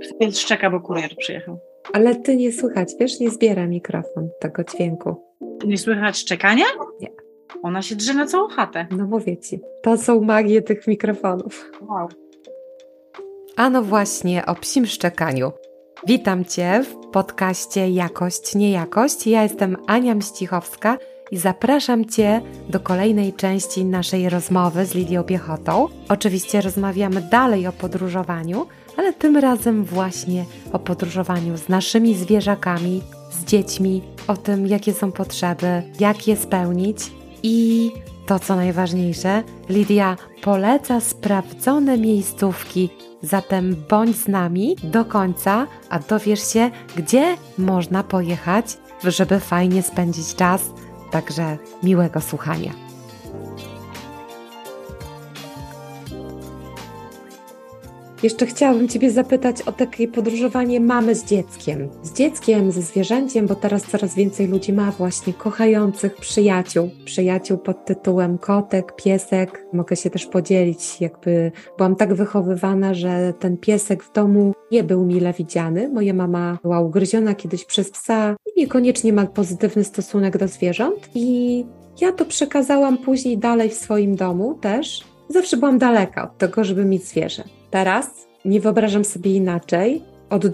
Pies szczeka, bo kurier przyjechał. Ale ty nie słychać, wiesz, nie zbiera mikrofon tego dźwięku. Nie słychać szczekania? Nie. Ona się drze na całą chatę. No mówię ci, to są magie tych mikrofonów. Wow. A no właśnie, o psim szczekaniu. Witam Cię w podcaście Jakość, Niejakość. Ja jestem Ania Mścichowska i zapraszam Cię do kolejnej części naszej rozmowy z Lidią Piechotą. Oczywiście rozmawiamy dalej o podróżowaniu, ale tym razem właśnie o podróżowaniu z naszymi zwierzakami, z dziećmi, o tym, jakie są potrzeby, jak je spełnić i to, co najważniejsze, Lidia poleca sprawdzone miejscówki. Zatem bądź z nami do końca, a dowiesz się, gdzie można pojechać, żeby fajnie spędzić czas. Także miłego słuchania. Jeszcze chciałabym Ciebie zapytać o takie podróżowanie mamy z dzieckiem. Z dzieckiem, ze zwierzęciem, bo teraz coraz więcej ludzi ma właśnie kochających przyjaciół. Przyjaciół pod tytułem kotek, piesek. Mogę się też podzielić, byłam tak wychowywana, że ten piesek w domu nie był mile widziany. Moja mama była ugryziona kiedyś przez psa i niekoniecznie ma pozytywny stosunek do zwierząt. I ja to przekazałam później dalej w swoim domu też. Zawsze byłam daleka od tego, żeby mieć zwierzę. Teraz nie wyobrażam sobie inaczej. Od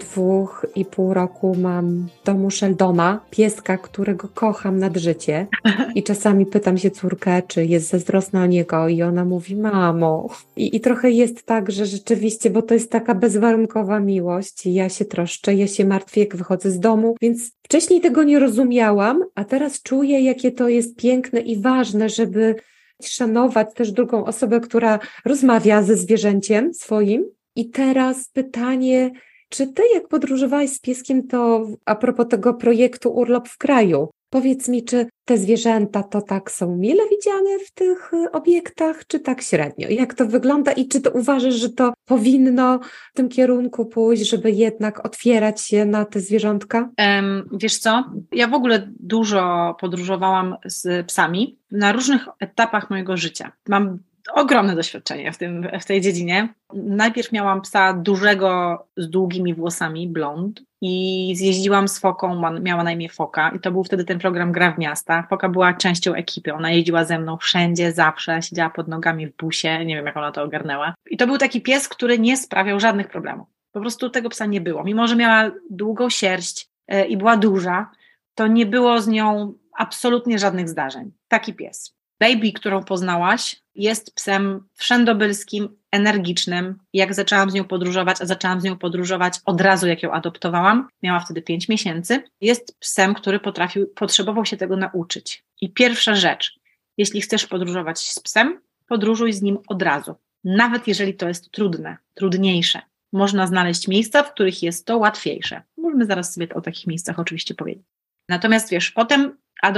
2,5 roku mam w domu Sheldona, pieska, którego kocham nad życie. I czasami pytam się córkę, czy jest zazdrosna o niego i ona mówi, mamo. I trochę jest tak, że rzeczywiście, bo to jest taka bezwarunkowa miłość. Ja się troszczę, ja się martwię, jak wychodzę z domu. Więc wcześniej tego nie rozumiałam, a teraz czuję, jakie to jest piękne i ważne, żeby szanować też drugą osobę, która rozmawia ze zwierzęciem swoim. I teraz pytanie, czy ty jak podróżowałeś z pieskiem, to a propos tego projektu Urlop w kraju, powiedz mi, czy te zwierzęta to tak są mile widziane w tych obiektach, czy tak średnio? Jak to wygląda i czy to uważasz, że to powinno w tym kierunku pójść, żeby jednak otwierać się na te zwierzątka? Wiesz co, ja w ogóle dużo podróżowałam z psami na różnych etapach mojego życia. Mam ogromne doświadczenie w tej dziedzinie. Najpierw miałam psa dużego, z długimi włosami, blond, i zjeździłam z Foką, miała na imię Foka i to był wtedy ten program Gra w miasta. Foka była częścią ekipy, ona jeździła ze mną wszędzie, zawsze, siedziała pod nogami w busie, nie wiem jak ona to ogarnęła. I to był taki pies, który nie sprawiał żadnych problemów. Po prostu tego psa nie było. Mimo że miała długą sierść i była duża, to nie było z nią absolutnie żadnych zdarzeń. Taki pies. Baby, którą poznałaś, jest psem wszędobylskim, energicznym. Jak zaczęłam z nią podróżować, a zaczęłam z nią podróżować od razu, jak ją adoptowałam, miała wtedy 5 miesięcy, jest psem, który potrzebował się tego nauczyć. I pierwsza rzecz, jeśli chcesz podróżować z psem, podróżuj z nim od razu. Nawet jeżeli to jest trudne, trudniejsze. Można znaleźć miejsca, w których jest to łatwiejsze. Możemy zaraz sobie o takich miejscach oczywiście powiedzieć. Natomiast wiesz, potem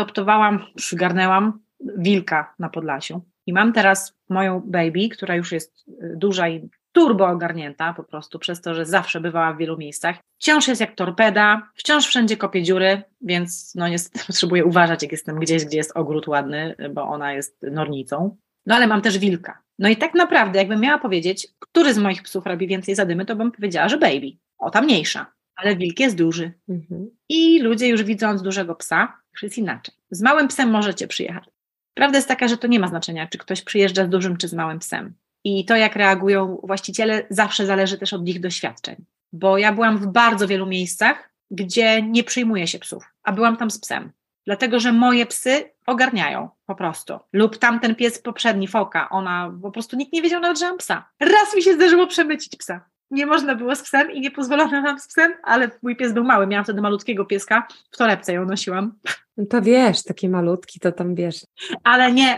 przygarnęłam wilka na Podlasiu i mam teraz moją baby, która już jest duża i turbo ogarnięta po prostu przez to, że zawsze bywała w wielu miejscach. Wciąż jest jak torpeda, wciąż wszędzie kopie dziury, więc niestety potrzebuję uważać, jak jestem gdzieś, gdzie jest ogród ładny, bo ona jest nornicą. No ale mam też wilka. No i tak naprawdę, jakbym miała powiedzieć, który z moich psów robi więcej zadymy, to bym powiedziała, że baby. O, ta mniejsza. Ale wilk jest duży. I ludzie już widząc dużego psa, już jest inaczej. Z małym psem możecie przyjechać. Prawda jest taka, że to nie ma znaczenia, czy ktoś przyjeżdża z dużym, czy z małym psem. I to, jak reagują właściciele, zawsze zależy też od ich doświadczeń. Bo ja byłam w bardzo wielu miejscach, gdzie nie przyjmuje się psów, a byłam tam z psem. Dlatego, że moje psy ogarniają po prostu. Lub tamten pies poprzedni, Foka, ona po prostu nikt nie wiedział nawet, że mam psa. Raz mi się zdarzyło przemycić psa. Nie można było z psem i nie pozwolono nam z psem, ale mój pies był mały, miałam wtedy malutkiego pieska, w torebce ją nosiłam. No to wiesz, taki malutki to tam wiesz. Ale nie,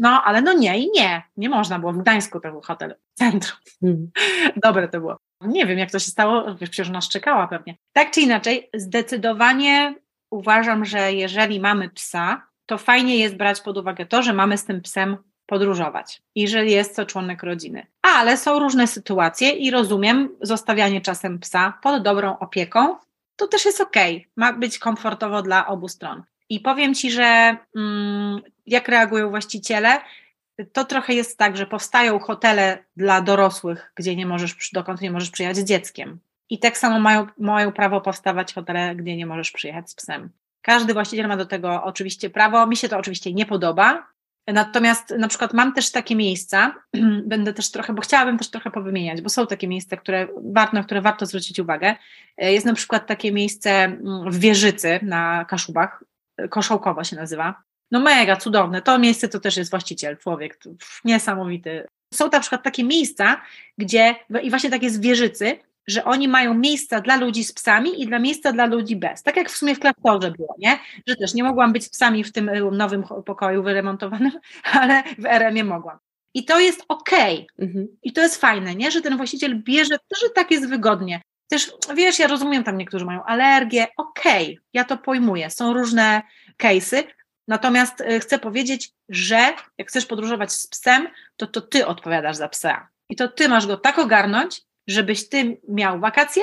nie można było, w Gdańsku to był hotel, centrum. Dobre to było. Nie wiem jak to się stało, przecież ona szczekała pewnie. Tak czy inaczej, zdecydowanie uważam, że jeżeli mamy psa, to fajnie jest brać pod uwagę to, że mamy z tym psem podróżować i że jest to członek rodziny. Ale są różne sytuacje i rozumiem zostawianie czasem psa pod dobrą opieką, to też jest okej. Ma być komfortowo dla obu stron. I powiem Ci, że jak reagują właściciele, to trochę jest tak, że powstają hotele dla dorosłych, dokąd nie możesz przyjechać z dzieckiem. I tak samo mają prawo powstawać hotele, gdzie nie możesz przyjechać z psem. Każdy właściciel ma do tego oczywiście prawo. Mi się to oczywiście nie podoba. Natomiast na przykład mam też takie miejsca, będę też trochę, bo chciałabym też trochę powymieniać, bo są takie miejsca, na które warto zwrócić uwagę. Jest na przykład takie miejsce w Wieżycy na Kaszubach, Koszałkowo się nazywa. No mega cudowne. To miejsce to też jest właściciel, człowiek niesamowity. Są na przykład takie miejsca, gdzie, i właśnie tak jest w Wieżycy, że oni mają miejsca dla ludzi z psami i miejsca dla ludzi bez. Tak jak w sumie w klasztorze było, nie? Że też nie mogłam być z psami w tym nowym pokoju wyremontowanym, ale w RM-ie mogłam. I to jest okej. I to jest fajne, nie? Że ten właściciel bierze, że tak jest wygodnie. Też, wiesz, ja rozumiem, tam niektórzy mają alergię, okej, ja to pojmuję. Są różne case'y, natomiast chcę powiedzieć, że jak chcesz podróżować z psem, to ty odpowiadasz za psa. I to ty masz go tak ogarnąć, żebyś ty miał wakacje,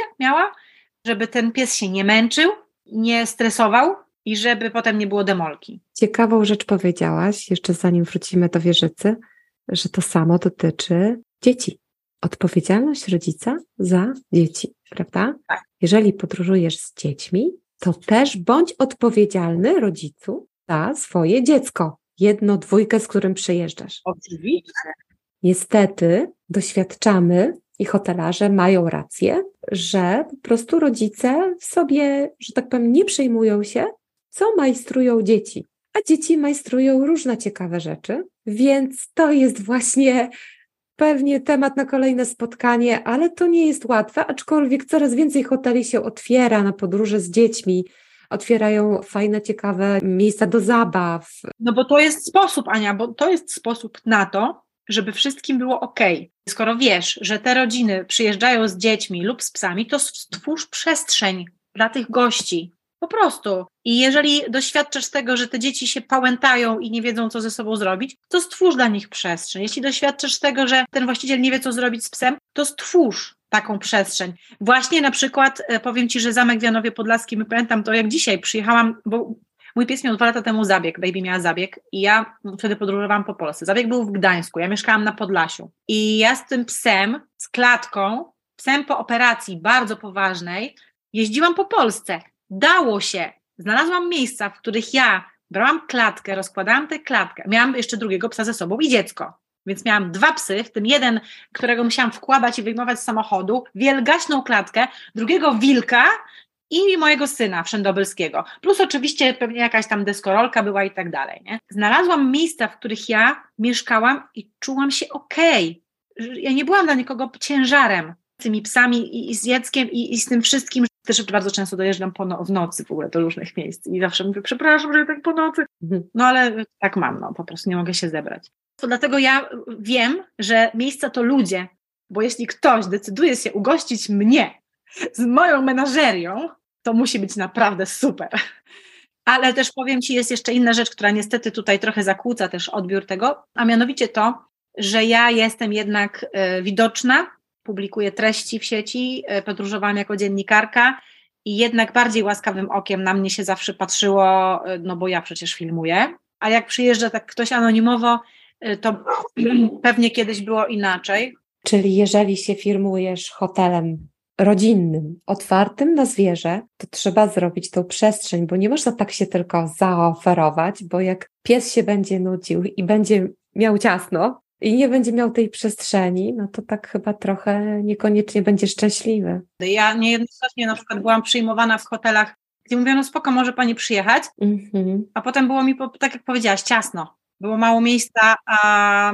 żeby ten pies się nie męczył, nie stresował i żeby potem nie było demolki. Ciekawą rzecz powiedziałaś, jeszcze zanim wrócimy do Wieżycy, że to samo dotyczy dzieci. Odpowiedzialność rodzica za dzieci, prawda? Tak. Jeżeli podróżujesz z dziećmi, to też bądź odpowiedzialny rodzicu za swoje dziecko. 1, 2, z którym przejeżdżasz. Oczywiście. Niestety doświadczamy i hotelarze mają rację, że po prostu rodzice sobie, że tak powiem, nie przejmują się, co majstrują dzieci. A dzieci majstrują różne ciekawe rzeczy, więc to jest właśnie pewnie temat na kolejne spotkanie, ale to nie jest łatwe, aczkolwiek coraz więcej hoteli się otwiera na podróże z dziećmi, otwierają fajne, ciekawe miejsca do zabaw. No bo to jest sposób, Ania, bo to jest sposób na to, żeby wszystkim było okej. Skoro wiesz, że te rodziny przyjeżdżają z dziećmi lub z psami, to stwórz przestrzeń dla tych gości. Po prostu. I jeżeli doświadczasz tego, że te dzieci się pałętają i nie wiedzą, co ze sobą zrobić, to stwórz dla nich przestrzeń. Jeśli doświadczasz tego, że ten właściciel nie wie, co zrobić z psem, to stwórz taką przestrzeń. Właśnie na przykład powiem Ci, że Zamek w Janowie Podlaskim, pamiętam to jak dzisiaj przyjechałam, bo mój pies miał 2 lata temu zabieg, baby miała zabieg i ja wtedy podróżowałam po Polsce. Zabieg był w Gdańsku, ja mieszkałam na Podlasiu i ja z tym psem, z klatką, psem po operacji bardzo poważnej, jeździłam po Polsce. Dało się. Znalazłam miejsca, w których ja brałam klatkę, rozkładałam tę klatkę. Miałam jeszcze drugiego psa ze sobą i dziecko. Więc miałam 2 psy, w tym jeden, którego musiałam wkładać i wyjmować z samochodu, wielgaśną klatkę, drugiego wilka i mojego syna wszędobylskiego. Plus oczywiście pewnie jakaś tam deskorolka była i tak dalej. Nie? Znalazłam miejsca, w których ja mieszkałam i czułam się okej. Ja nie byłam dla nikogo ciężarem z tymi psami i z dzieckiem i z tym wszystkim. Też bardzo często dojeżdżam w nocy w ogóle do różnych miejsc i zawsze mówię, przepraszam, że tak po nocy. No ale tak mam, po prostu nie mogę się zebrać. To dlatego ja wiem, że miejsca to ludzie, bo jeśli ktoś decyduje się ugościć mnie z moją menażerią, to musi być naprawdę super. Ale też powiem Ci, jest jeszcze inna rzecz, która niestety tutaj trochę zakłóca też odbiór tego, a mianowicie to, że ja jestem jednak widoczna, publikuję treści w sieci, podróżowałam jako dziennikarka i jednak bardziej łaskawym okiem na mnie się zawsze patrzyło, no bo ja przecież filmuję, a jak przyjeżdża tak ktoś anonimowo, to pewnie kiedyś było inaczej. Czyli jeżeli się firmujesz hotelem rodzinnym, otwartym na zwierzę, to trzeba zrobić tą przestrzeń, bo nie można tak się tylko zaoferować, bo jak pies się będzie nudził i będzie miał ciasno i nie będzie miał tej przestrzeni, no to tak chyba trochę niekoniecznie będzie szczęśliwy. Ja niejednokrotnie na przykład byłam przyjmowana w hotelach, gdzie mówiono, spoko, może pani przyjechać, a potem było mi, tak jak powiedziałaś, ciasno. Było mało miejsca, a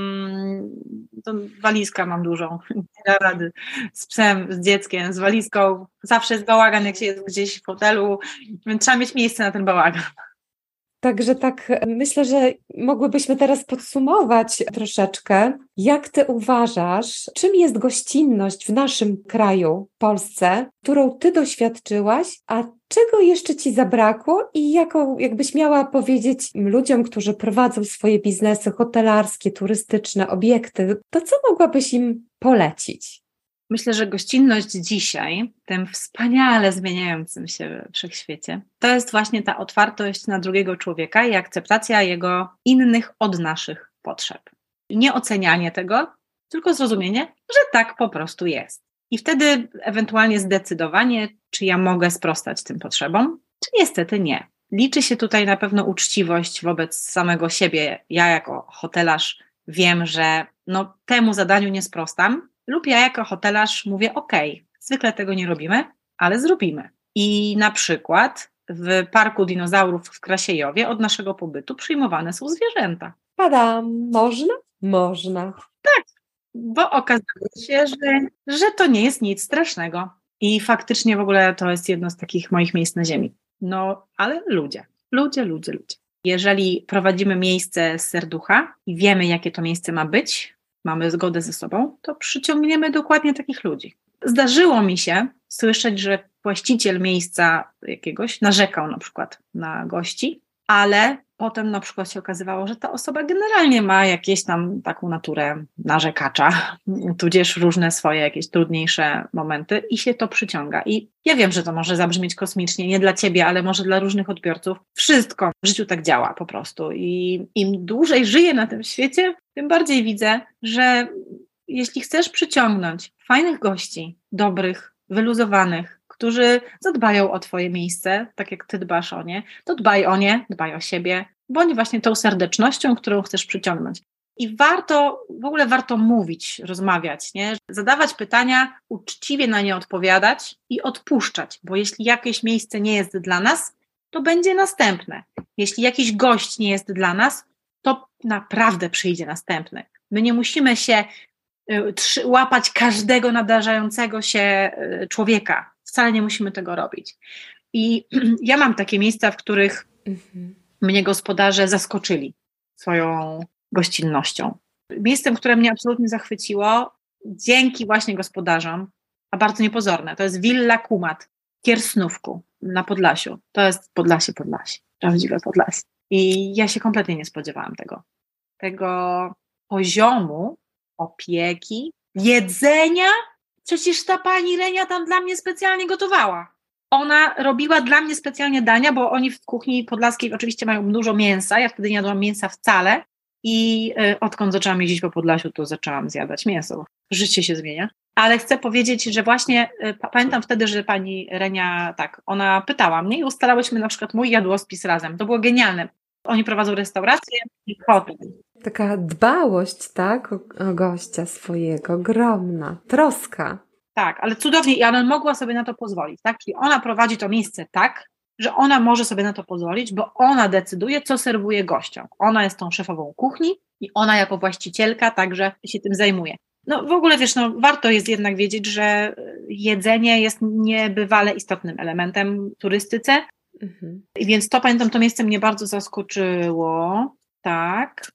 to walizkę mam dużą, nie da rady. Z psem, z dzieckiem, z walizką. Zawsze jest bałagan, jak się jest gdzieś w hotelu, więc trzeba mieć miejsce na ten bałagan. Także tak myślę, że mogłybyśmy teraz podsumować troszeczkę. Jak Ty uważasz, czym jest gościnność w naszym kraju, Polsce, którą Ty doświadczyłaś, a czego jeszcze Ci zabrakło i jakbyś miała powiedzieć ludziom, którzy prowadzą swoje biznesy hotelarskie, turystyczne, obiekty, to co mogłabyś im polecić? Myślę, że gościnność dzisiaj, w tym wspaniale zmieniającym się wszechświecie, to jest właśnie ta otwartość na drugiego człowieka i akceptacja jego innych od naszych potrzeb. Nie ocenianie tego, tylko zrozumienie, że tak po prostu jest. I wtedy ewentualnie zdecydowanie, czy ja mogę sprostać tym potrzebom, czy niestety nie. Liczy się tutaj na pewno uczciwość wobec samego siebie. Ja jako hotelarz wiem, że temu zadaniu nie sprostam, lub ja jako hotelarz mówię, zwykle tego nie robimy, ale zrobimy. I na przykład w Parku Dinozaurów w Krasiejowie od naszego pobytu przyjmowane są zwierzęta. Padam, można? Można. Tak, bo okazało się, że to nie jest nic strasznego. I faktycznie w ogóle to jest jedno z takich moich miejsc na ziemi. Ale ludzie. Jeżeli prowadzimy miejsce z serducha i wiemy, jakie to miejsce ma być, mamy zgodę ze sobą, to przyciągniemy dokładnie takich ludzi. Zdarzyło mi się słyszeć, że właściciel miejsca jakiegoś narzekał na przykład na gości, ale potem na przykład się okazywało, że ta osoba generalnie ma jakieś tam taką naturę narzekacza, tudzież różne swoje jakieś trudniejsze momenty i się to przyciąga. I ja wiem, że to może zabrzmieć kosmicznie, nie dla ciebie, ale może dla różnych odbiorców. Wszystko w życiu tak działa po prostu i im dłużej żyję na tym świecie, tym bardziej widzę, że jeśli chcesz przyciągnąć fajnych gości, dobrych, wyluzowanych, którzy zadbają o twoje miejsce, tak jak ty dbasz o nie, to dbaj o nie, dbaj o siebie, bądź właśnie tą serdecznością, którą chcesz przyciągnąć. I w ogóle warto mówić, rozmawiać, nie? Zadawać pytania, uczciwie na nie odpowiadać i odpuszczać, bo jeśli jakieś miejsce nie jest dla nas, to będzie następne. Jeśli jakiś gość nie jest dla nas, to naprawdę przyjdzie następny. My nie musimy się łapać każdego nadarzającego się człowieka. Wcale nie musimy tego robić. I ja mam takie miejsca, w których mnie gospodarze zaskoczyli swoją gościnnością. Miejscem, które mnie absolutnie zachwyciło, dzięki właśnie gospodarzom, a bardzo niepozorne, to jest Villa Kumat w Kiersnówku na Podlasiu. To jest Podlasie, prawdziwe Podlasie. I ja się kompletnie nie spodziewałam tego poziomu opieki, jedzenia. Przecież ta pani Renia tam dla mnie specjalnie gotowała. Ona robiła dla mnie specjalnie dania, bo oni w kuchni podlaskiej oczywiście mają dużo mięsa. Ja wtedy nie jadłam mięsa wcale i odkąd zaczęłam jeździć po Podlasiu, to zaczęłam zjadać mięso. Życie się zmienia. Ale chcę powiedzieć, że właśnie pamiętam wtedy, że pani Renia, ona pytała mnie i ustalałyśmy na przykład mój jadłospis razem. To było genialne. Oni prowadzą restaurację i hotel. Taka dbałość, tak? O gościa swojego, ogromna, troska. Tak, ale cudownie i ona mogła sobie na to pozwolić, tak? Czyli ona prowadzi to miejsce tak, że ona może sobie na to pozwolić, bo ona decyduje, co serwuje gościom. Ona jest tą szefową kuchni i ona jako właścicielka także się tym zajmuje. W ogóle wiesz, warto jest jednak wiedzieć, że jedzenie jest niebywale istotnym elementem w turystyce. I więc pamiętam, to miejsce mnie bardzo zaskoczyło. Tak.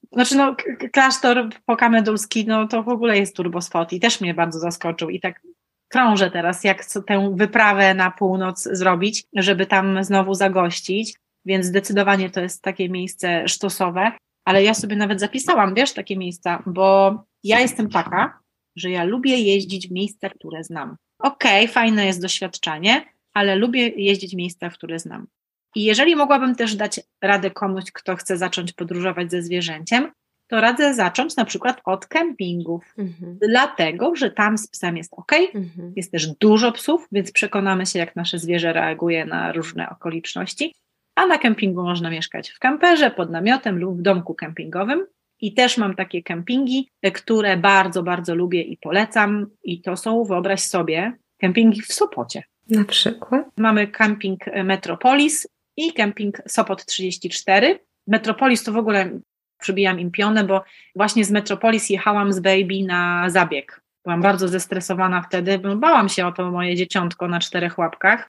Klasztor Pokamedulski, to w ogóle jest turbospot i też mnie bardzo zaskoczył i tak krążę teraz, jak tę wyprawę na północ zrobić, żeby tam znowu zagościć, więc zdecydowanie to jest takie miejsce sztosowe, ale ja sobie nawet zapisałam, wiesz, takie miejsca, bo ja jestem taka, że ja lubię jeździć w miejsca, które znam. Fajne jest doświadczenie, ale lubię jeździć w miejsca, które znam. I jeżeli mogłabym też dać radę komuś, kto chce zacząć podróżować ze zwierzęciem, to radzę zacząć na przykład od kempingów. Dlatego, że tam z psem jest jest też dużo psów, więc przekonamy się, jak nasze zwierzę reaguje na różne okoliczności. A na kempingu można mieszkać w kamperze, pod namiotem lub w domku kempingowym. I też mam takie kempingi, które bardzo, bardzo lubię i polecam. I to są, wyobraź sobie, kempingi w Sopocie. Na przykład? Mamy kemping Metropolis i kemping Sopot 34. Metropolis to w ogóle przybijam im pionę, bo właśnie z Metropolis jechałam z baby na zabieg. Byłam bardzo zestresowana wtedy, bo bałam się o to moje dzieciątko na 4 łapkach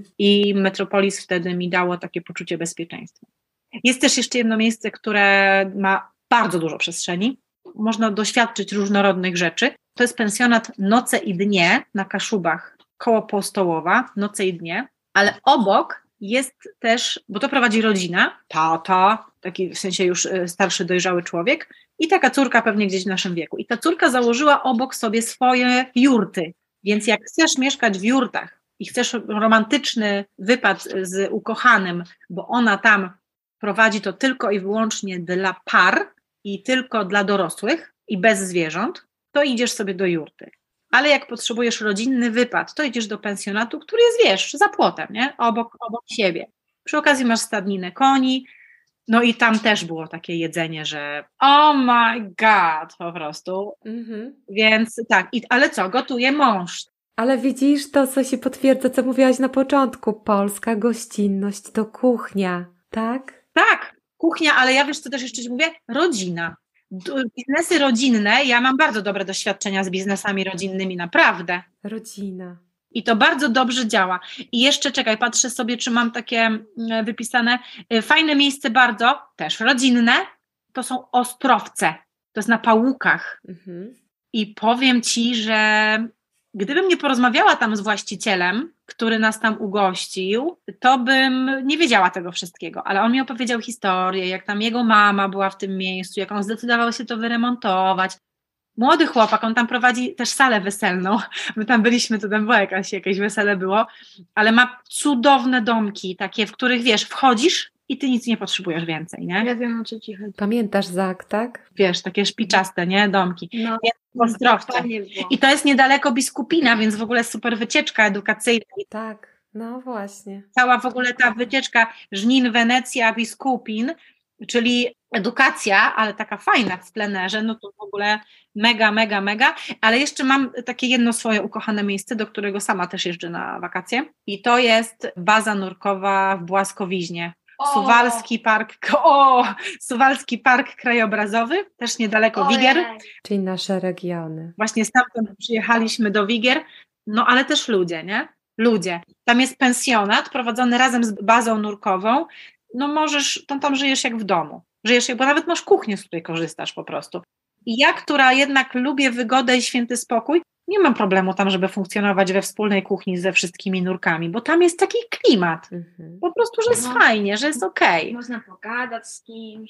i Metropolis wtedy mi dało takie poczucie bezpieczeństwa. Jest też jeszcze jedno miejsce, które ma bardzo dużo przestrzeni. Można doświadczyć różnorodnych rzeczy. To jest pensjonat Noce i Dnie na Kaszubach koło Postołowa, Noce i Dnie, ale obok jest też, bo to prowadzi rodzina, tata, taki w sensie już starszy, dojrzały człowiek i taka córka pewnie gdzieś w naszym wieku. I ta córka założyła obok sobie swoje jurty, więc jak chcesz mieszkać w jurtach i chcesz romantyczny wypad z ukochanym, bo ona tam prowadzi to tylko i wyłącznie dla par i tylko dla dorosłych i bez zwierząt, to idziesz sobie do jurty. ale jak potrzebujesz rodzinny wypad, to idziesz do pensjonatu, który jest, wiesz, za płotem, nie? Obok siebie. Przy okazji masz stadninę koni, no i tam też było takie jedzenie, że oh my god, po prostu. Więc tak, ale co, gotuje mąż. Ale widzisz to, co się potwierdza, co mówiłaś na początku, polska gościnność to kuchnia, tak? Tak, kuchnia, ale ja wiesz, co też jeszcze ci mówię? Rodzina. Biznesy rodzinne, ja mam bardzo dobre doświadczenia z biznesami rodzinnymi, naprawdę. Rodzina. I to bardzo dobrze działa. I jeszcze czekaj, patrzę sobie, czy mam takie wypisane. Fajne miejsce bardzo, też rodzinne, to są Ostrowce. To jest na Pałukach. I powiem ci, że gdybym nie porozmawiała tam z właścicielem, który nas tam ugościł, to bym nie wiedziała tego wszystkiego, ale on mi opowiedział historię, jak tam jego mama była w tym miejscu, jak on zdecydował się to wyremontować. Młody chłopak, on tam prowadzi też salę weselną. My tam byliśmy, to tam było jakieś wesele było, ale ma cudowne domki, takie, w których wiesz, wchodzisz i ty nic nie potrzebujesz więcej, nie? Ja wiem, o co ci chodzi. Pamiętasz, Zak, tak? Wiesz, takie szpiczaste, nie? Domki. No, Ostrowce. I to jest niedaleko Biskupina, więc w ogóle super wycieczka edukacyjna. Tak, no właśnie. Cała w ogóle ta wycieczka Żnin, Wenecja, Biskupin, czyli edukacja, ale taka fajna w plenerze, no to w ogóle mega, mega, mega, ale jeszcze mam takie jedno swoje ukochane miejsce, do którego sama też jeżdżę na wakacje i to jest baza nurkowa w Błaskowiźnie. Suwalski Park Krajobrazowy, też niedaleko Wigier. Czyli nasze regiony. Właśnie stamtąd przyjechaliśmy do Wigier, no ale też ludzie, nie? Ludzie. Tam jest pensjonat prowadzony razem z bazą nurkową, no tam żyjesz jak w domu. Bo nawet masz kuchnię, z której korzystasz po prostu. I ja, która jednak lubię wygodę i święty spokój, nie mam problemu tam, żeby funkcjonować we wspólnej kuchni ze wszystkimi nurkami, bo tam jest taki klimat. Po prostu, że jest fajnie, że jest okej. Można pogadać z kimś.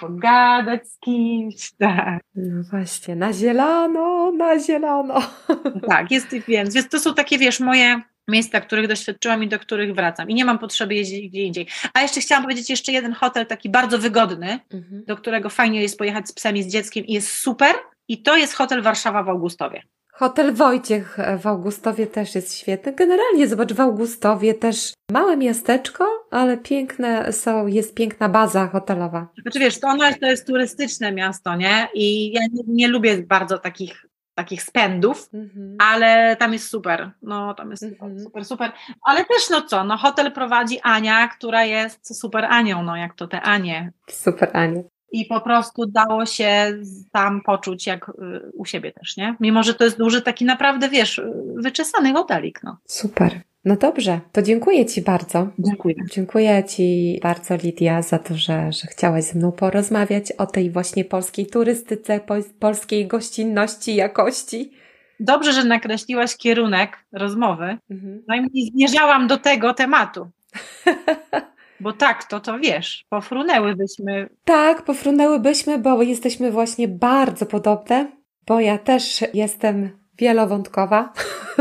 Tak. No właśnie, na zielono, na zielono. Tak, więc to są takie, wiesz, moje miejsca, których doświadczyłam i do których wracam. I nie mam potrzeby jeździć gdzie indziej. A jeszcze chciałam powiedzieć, jeszcze jeden hotel taki bardzo wygodny, do którego fajnie jest pojechać z psem i z dzieckiem i jest super. I to jest hotel Warszawa w Augustowie. Hotel Wojciech w Augustowie też jest świetny. Generalnie zobacz, w Augustowie też małe miasteczko, ale jest piękna baza hotelowa. Znaczy wiesz, to jest turystyczne miasto, nie? I ja nie lubię bardzo takich spędów, ale tam jest super. No, tam jest super. Ale też hotel prowadzi Ania, która jest super Anią, no jak to te Anie. Super Ania. I po prostu dało się tam poczuć jak u siebie też, nie? Mimo, że to jest duży taki naprawdę, wiesz, wyczesany hotelik, no. Super. No dobrze, to dziękuję Ci bardzo. Dziękuję. Dziękuję Ci bardzo, Lidia, za to, że chciałaś ze mną porozmawiać o tej właśnie polskiej turystyce, polskiej gościnności, jakości. Dobrze, że nakreśliłaś kierunek rozmowy. No i zmierzałam do tego tematu. Bo tak, to wiesz, pofrunęłybyśmy. Tak, pofrunęłybyśmy, bo jesteśmy właśnie bardzo podobne, bo ja też jestem wielowątkowa.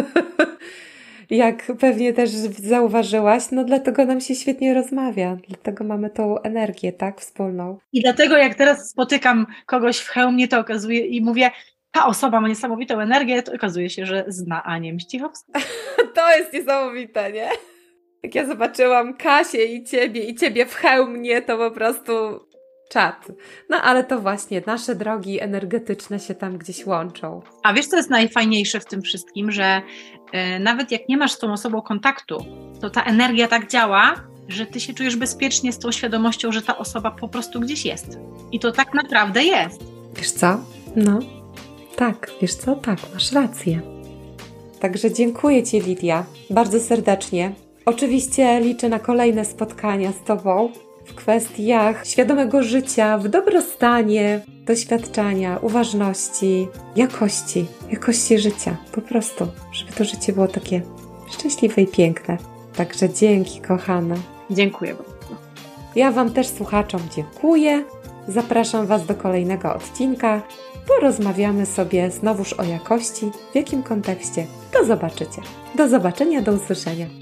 Jak pewnie też zauważyłaś, no dlatego nam się świetnie rozmawia, dlatego mamy tą energię, tak, wspólną. I dlatego jak teraz spotykam kogoś w Chełmie, to okazuje i mówię, ta osoba ma niesamowitą energię, to okazuje się, że zna Anię Mścichowską. To jest niesamowite, nie? Jak ja zobaczyłam Kasię i ciebie w Chełmie, to po prostu czad. No ale to właśnie, nasze drogi energetyczne się tam gdzieś łączą. A wiesz, co jest najfajniejsze w tym wszystkim, że nawet jak nie masz z tą osobą kontaktu, to ta energia tak działa, że ty się czujesz bezpiecznie z tą świadomością, że ta osoba po prostu gdzieś jest. I to tak naprawdę jest. Wiesz co? No, tak, wiesz co? Tak, masz rację. Także dziękuję Ci, Lidia, bardzo serdecznie. Oczywiście liczę na kolejne spotkania z Tobą w kwestiach świadomego życia, w dobrostanie, doświadczania, uważności, jakości życia. Po prostu, żeby to życie było takie szczęśliwe i piękne. Także dzięki, kochana. Dziękuję bardzo. Ja Wam też, słuchaczom, dziękuję. Zapraszam Was do kolejnego odcinka. Porozmawiamy sobie znowuż o jakości, w jakim kontekście. Do zobaczenia, do usłyszenia.